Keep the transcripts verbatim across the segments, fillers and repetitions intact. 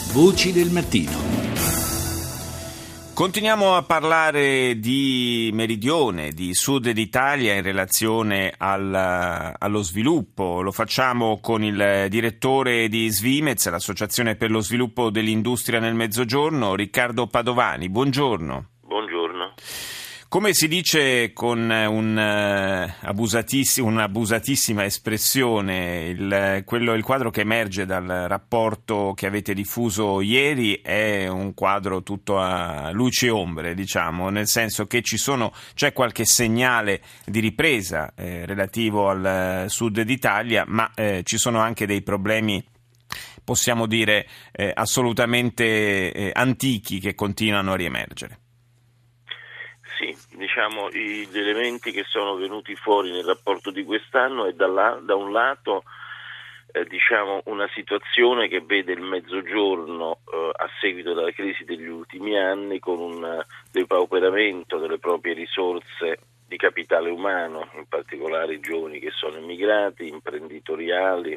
Voci del mattino. Continuiamo a parlare di meridione, di sud d'Italia in relazione al, allo sviluppo. Lo facciamo con il direttore di Svimez, l'Associazione per lo sviluppo dell'industria nel Mezzogiorno, Riccardo Padovani. Buongiorno. Buongiorno. Come si dice con un, uh, abusatiss- un'abusatissima espressione, il, quello, il quadro che emerge dal rapporto che avete diffuso ieri è un quadro tutto a luci e ombre, diciamo, nel senso che ci sono, c'è qualche segnale di ripresa eh, relativo al uh, sud d'Italia, ma eh, ci sono anche dei problemi, possiamo dire, eh, assolutamente eh, antichi che continuano a riemergere. Sì, diciamo gli elementi che sono venuti fuori nel rapporto di quest'anno è da, là, da un lato eh, diciamo una situazione che vede il Mezzogiorno eh, a seguito della crisi degli ultimi anni con un depauperamento delle proprie risorse di capitale umano, in particolare i giovani che sono immigrati, imprenditoriali,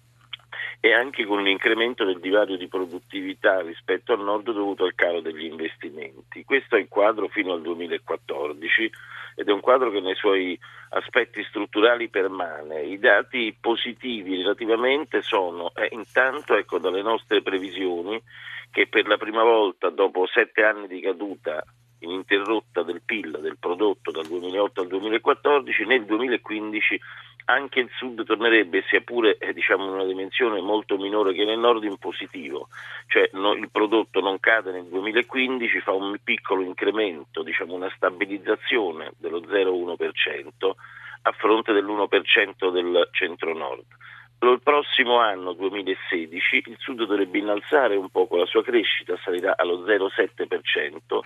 e anche con un incremento del divario di produttività rispetto al nord dovuto al calo degli investimenti. Questo è il quadro fino al duemilaquattordici ed è un quadro che nei suoi aspetti strutturali permane. I dati positivi relativamente sono eh, intanto ecco dalle nostre previsioni che per la prima volta dopo sette anni di caduta ininterrotta del P I L, del prodotto dal duemilaotto al duemilaquattordici, nel duemilaquindici anche il sud tornerebbe, sia pure eh, diciamo in una dimensione molto minore che nel nord, in positivo, cioè no, il prodotto non cade nel duemilaquindici, fa un piccolo incremento, diciamo una stabilizzazione dello zero virgola uno per cento a fronte dell'uno per cento del centro-nord. Il prossimo anno duemilasedici il sud dovrebbe innalzare un poco la sua crescita, salirà allo zero virgola sette per cento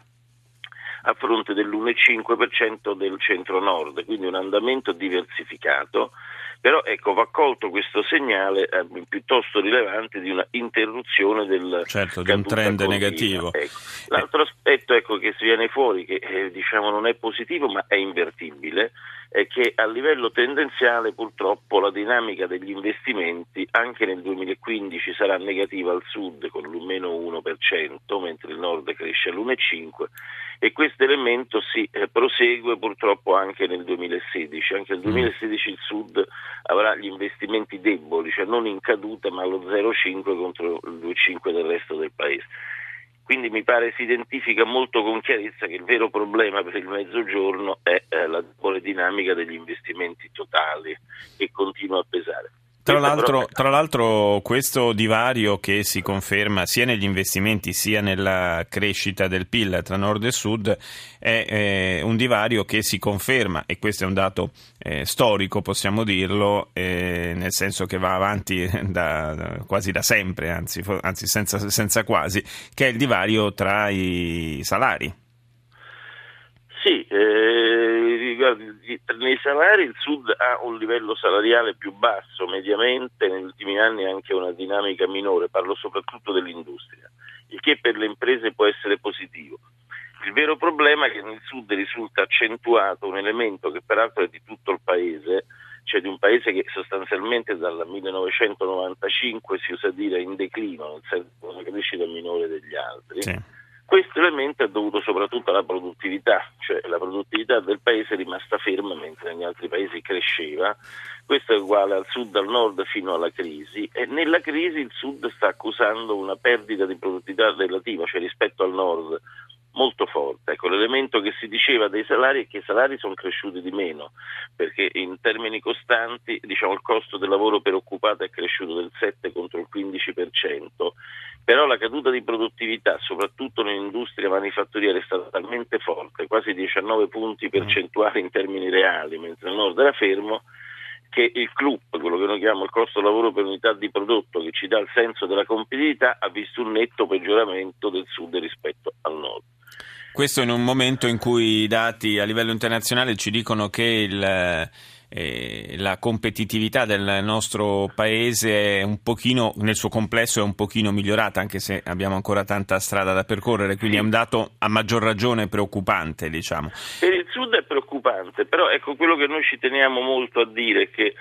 a fronte dell'uno virgola cinque per cento del centro-nord, quindi un andamento diversificato, però ecco va colto questo segnale eh, piuttosto rilevante di una interruzione del certo, di un trend continua. negativo. Ecco. L'altro aspetto ecco che si viene fuori, che eh, diciamo non è positivo ma è invertibile, è che a livello tendenziale purtroppo la dinamica degli investimenti anche nel duemilaquindici sarà negativa al sud con l'uno meno uno per cento, mentre il nord cresce all'uno virgola cinque per cento, e questo elemento si eh, prosegue purtroppo anche nel duemilasedici. Anche nel duemilasedici il sud avrà gli investimenti deboli, cioè non in caduta ma allo zero virgola cinque contro il due virgola cinque del resto del paese. Quindi mi pare si identifica molto con chiarezza che il vero problema per il Mezzogiorno è eh, la debole dinamica degli investimenti totali che continua a pesare. Tra l'altro, tra l'altro questo divario che si conferma sia negli investimenti sia nella crescita del P I L tra nord e sud è eh, un divario che si conferma, e questo è un dato eh, storico, possiamo dirlo, eh, nel senso che va avanti da, da, quasi da sempre, anzi, anzi senza, senza quasi, che è il divario tra i salari. Sì, eh, nei salari il sud ha un livello salariale più basso, mediamente negli ultimi anni anche una dinamica minore, parlo soprattutto dell'industria, il che per le imprese può essere positivo. Il vero problema è che nel sud risulta accentuato un elemento che peraltro è di tutto il paese, cioè di un paese che sostanzialmente dal millenovecentonovantacinque si usa dire in declino, nel senso che una crescita minore degli altri. Sì. Questo elemento è dovuto soprattutto alla produttività, cioè la produttività del paese è rimasta ferma mentre negli altri paesi cresceva. Questo è uguale al sud, al nord fino alla crisi, e nella crisi il sud sta accusando una perdita di produttività relativa, cioè rispetto al nord, molto forte. Ecco, l'elemento che si diceva dei salari è che i salari sono cresciuti di meno, perché in termini costanti diciamo il costo del lavoro per occupato è cresciuto del sette contro il quindici per cento, però la caduta di produttività, soprattutto nell'industria manifatturiera, è stata talmente forte, quasi diciannove punti percentuali in termini reali, mentre il nord era fermo, che il C L U P, quello che noi chiamiamo il costo lavoro per unità di prodotto, che ci dà il senso della competitività, ha visto un netto peggioramento del sud rispetto al nord. Questo in un momento in cui i dati a livello internazionale ci dicono che il, eh, la competitività del nostro paese è un pochino, nel suo complesso è un pochino migliorata, anche se abbiamo ancora tanta strada da percorrere, quindi è un dato a maggior ragione preoccupante, diciamo. Per il sud è preoccupante, però ecco quello che noi ci teniamo molto a dire è che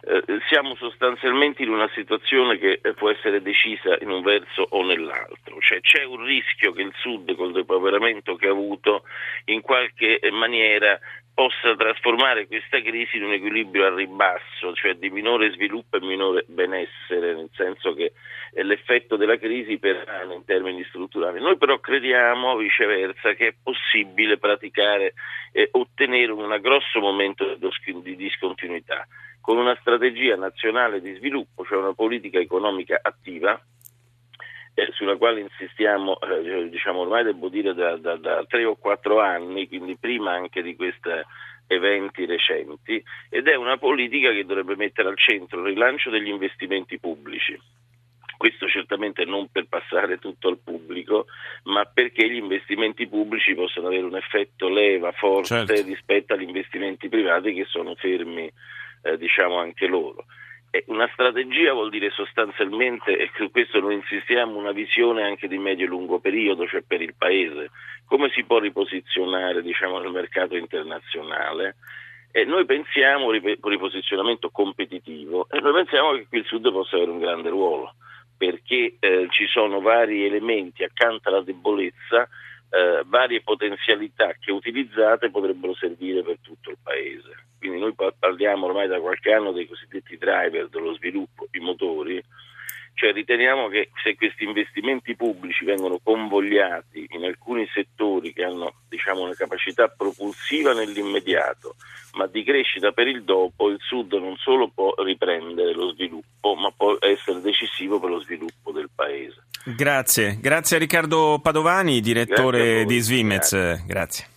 eh, siamo sostanzialmente in una situazione che può essere decisa in un verso o nell'altro, cioè c'è un rischio che il Sud, col depauperamento che ha avuto, in qualche maniera possa trasformare questa crisi in un equilibrio a ribasso, cioè di minore sviluppo e minore benessere, nel senso che l'effetto della crisi permane in termini strutturali. Noi però crediamo viceversa che è possibile praticare e ottenere un grosso momento di discontinuità con una strategia nazionale di sviluppo, cioè una politica economica attiva, Eh, sulla quale insistiamo eh, diciamo ormai devo dire da, da, da tre o quattro anni, quindi prima anche di questi eventi recenti, ed è una politica che dovrebbe mettere al centro il rilancio degli investimenti pubblici. Questo certamente non per passare tutto al pubblico, ma perché gli investimenti pubblici possono avere un effetto leva forte certo. rispetto agli investimenti privati che sono fermi, eh, diciamo anche loro. Una strategia vuol dire sostanzialmente, e su questo noi insistiamo, una visione anche di medio-lungo periodo, cioè per il Paese, come si può riposizionare diciamo, nel mercato internazionale. E noi pensiamo riposizionamento competitivo e noi pensiamo che qui il Sud possa avere un grande ruolo, perché eh, ci sono vari elementi accanto alla debolezza, eh, varie potenzialità che utilizzate potrebbero servire per tutto il Paese. Quindi noi parliamo ormai da qualche anno dei cosiddetti driver dello sviluppo, i motori, cioè riteniamo che se questi investimenti pubblici vengono convogliati in alcuni settori che hanno diciamo una capacità propulsiva nell'immediato, ma di crescita per il dopo, il Sud non solo può riprendere lo sviluppo, ma può essere decisivo per lo sviluppo del Paese. Grazie, grazie a Riccardo Padovani, direttore di Svimez. Grazie.